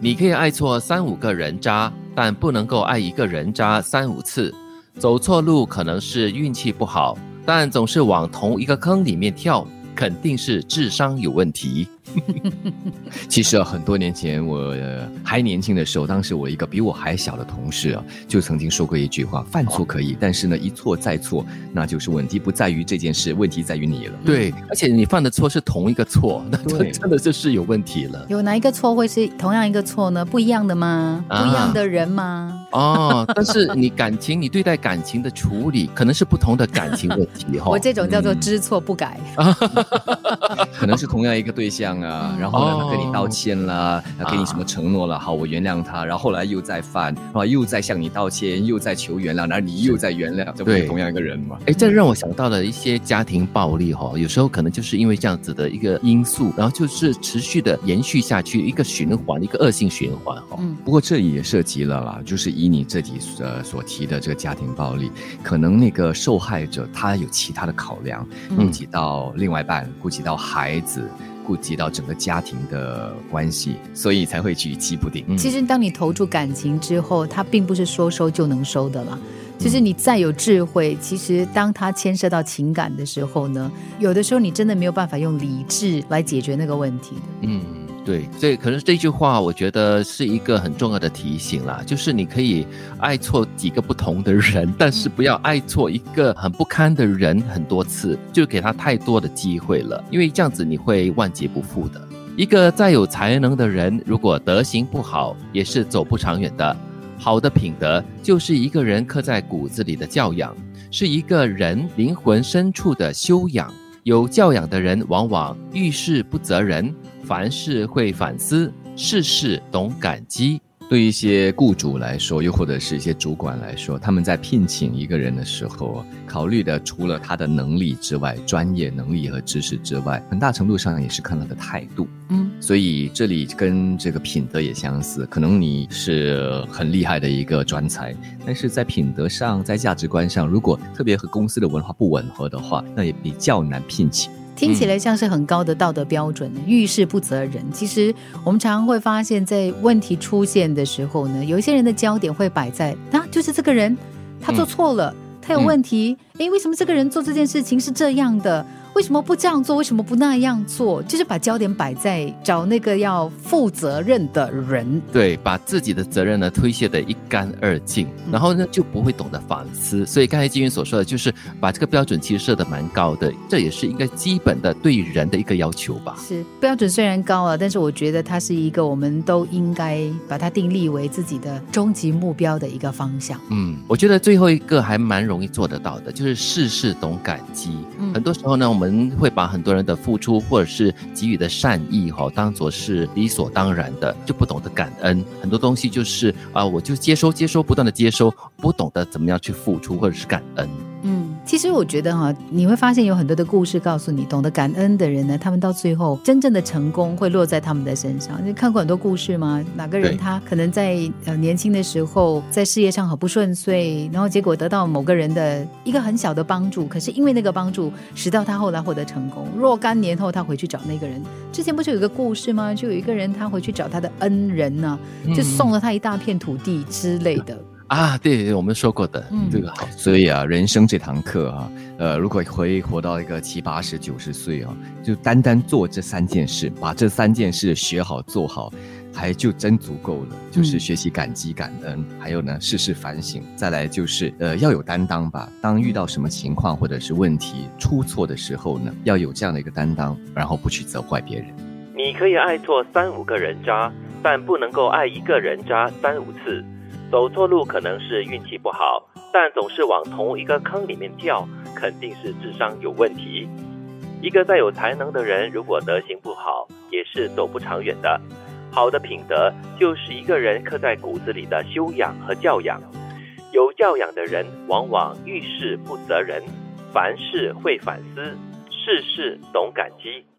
你可以爱错3-5个人渣，但不能够爱一个人渣3-5次。走错路可能是运气不好，但总是往同一个坑里面跳，肯定是智商有问题。 其实很多年前我还年轻的时候，当时我一个比我还小的同事就曾经说过一句话：犯错可以，但是呢，一错再错，那就是问题不在于这件事，问题在于你了。 对，而且你犯的错是同一个错，那真的就是有问题了。 有哪一个错会是同样一个错呢？不一样的吗？不一样的人吗？ 但是你对待感情的处理可能是不同的感情问题。 我这种叫做知错不改。 可能是同样一个对象然后呢，他跟你道歉了，给你什么承诺了，好，我原谅他，然后后来又再犯，又再向你道歉，又再求原谅，然后你又再原谅，这不是同样一个人吗？ 这让我想到了一些家庭暴力有时候可能就是因为这样子的一个因素，然后就是持续的延续下去，一个循环，一个恶性循环。 不过这也涉及了啦，就是以你这里所提的这个家庭暴力，可能那个受害者他有其他的考量，顾及到另外一半，顾及到孩子，顾及到整个家庭的关系，所以才会举棋不定。 其实当你投注感情之后，它并不是说收就能收的啦。其实你再有智慧，其实当它牵涉到情感的时候呢，有的时候你真的没有办法用理智来解决那个问题的。 对，所以可能这句话我觉得是一个很重要的提醒啦，就是你可以爱错几个不同的人，但是不要爱错一个很不堪的人很多次，就给他太多的机会了，因为这样子你会万劫不复的。一个再有才能的人，如果德行不好，也是走不长远的。好的品德就是一个人刻在骨子里的教养，是一个人灵魂深处的修养。有教养的人往往遇事不责人，凡事会反思，事事懂感激。 对于一些雇主来说，又或者是一些主管来说，他们在聘请一个人的时候，考虑的除了他的能力之外，专业能力和知识之外，很大程度上也是看他的态度。所以这里跟这个品德也相似，可能你是很厉害的一个专才，但是在品德上，在价值观上，如果特别和公司的文化不吻合的话，那也比较难聘请。 听起来像是很高的道德标准，遇事不责人。其实我们常常会发现，在问题出现的时候呢，有一些人的焦点会摆在就是这个人他做错了，他有问题，为什么这个人做这件事情是这样的，为什么不这样做，为什么不那样做，就是把焦点摆在找那个要负责任的人。 对，把自己的责任呢推卸得一干二净，然后呢就不会懂得反思。所以刚才金云所说的就是把这个标准其实设得蛮高的，这也是一个基本的对人的一个要求吧。 是，标准虽然高但是我觉得它是一个我们都应该把它定立为自己的终极目标的一个方向。 我觉得最后一个还蛮容易做得到的，就是事事懂感激。很多时候呢，我们会把很多人的付出或者是给予的善意当作是理所当然的，就不懂得感恩。很多东西就是我就接收，不断的接收，不懂得怎么样去付出或者是感恩。 其实我觉得你会发现有很多的故事告诉你，懂得感恩的人呢，他们到最后真正的成功会落在他们的身上。你看过很多故事吗？哪个人他可能在年轻的时候在事业上很不顺遂，然后结果得到某个人的一个很小的帮助，可是因为那个帮助使到他后来获得成功，若干年后他回去找那个人。之前不是有一个故事吗？就有一个人他回去找他的恩人就送了他一大片土地之类的。 对，我们说过的，这个好。 所以人生这堂课如果会活到一个70、80、90岁就单单做这3件事，把这3件事学好做好，还就真足够了。就是学习感激感恩，还有呢事事反省，再来就是要有担当吧。当遇到什么情况或者是问题出错的时候呢，要有这样的一个担当，然后不去责怪别人。 你可以爱错3-5个人渣，但不能够爱一个人渣3-5次。走错路可能是运气不好，但总是往同一个坑里面跳，肯定是智商有问题。一个再有才能的人，如果德行不好，也是走不长远的。好的品德就是一个人刻在骨子里的修养和教养。有教养的人往往遇事不责人，凡事会反思，事事懂感激。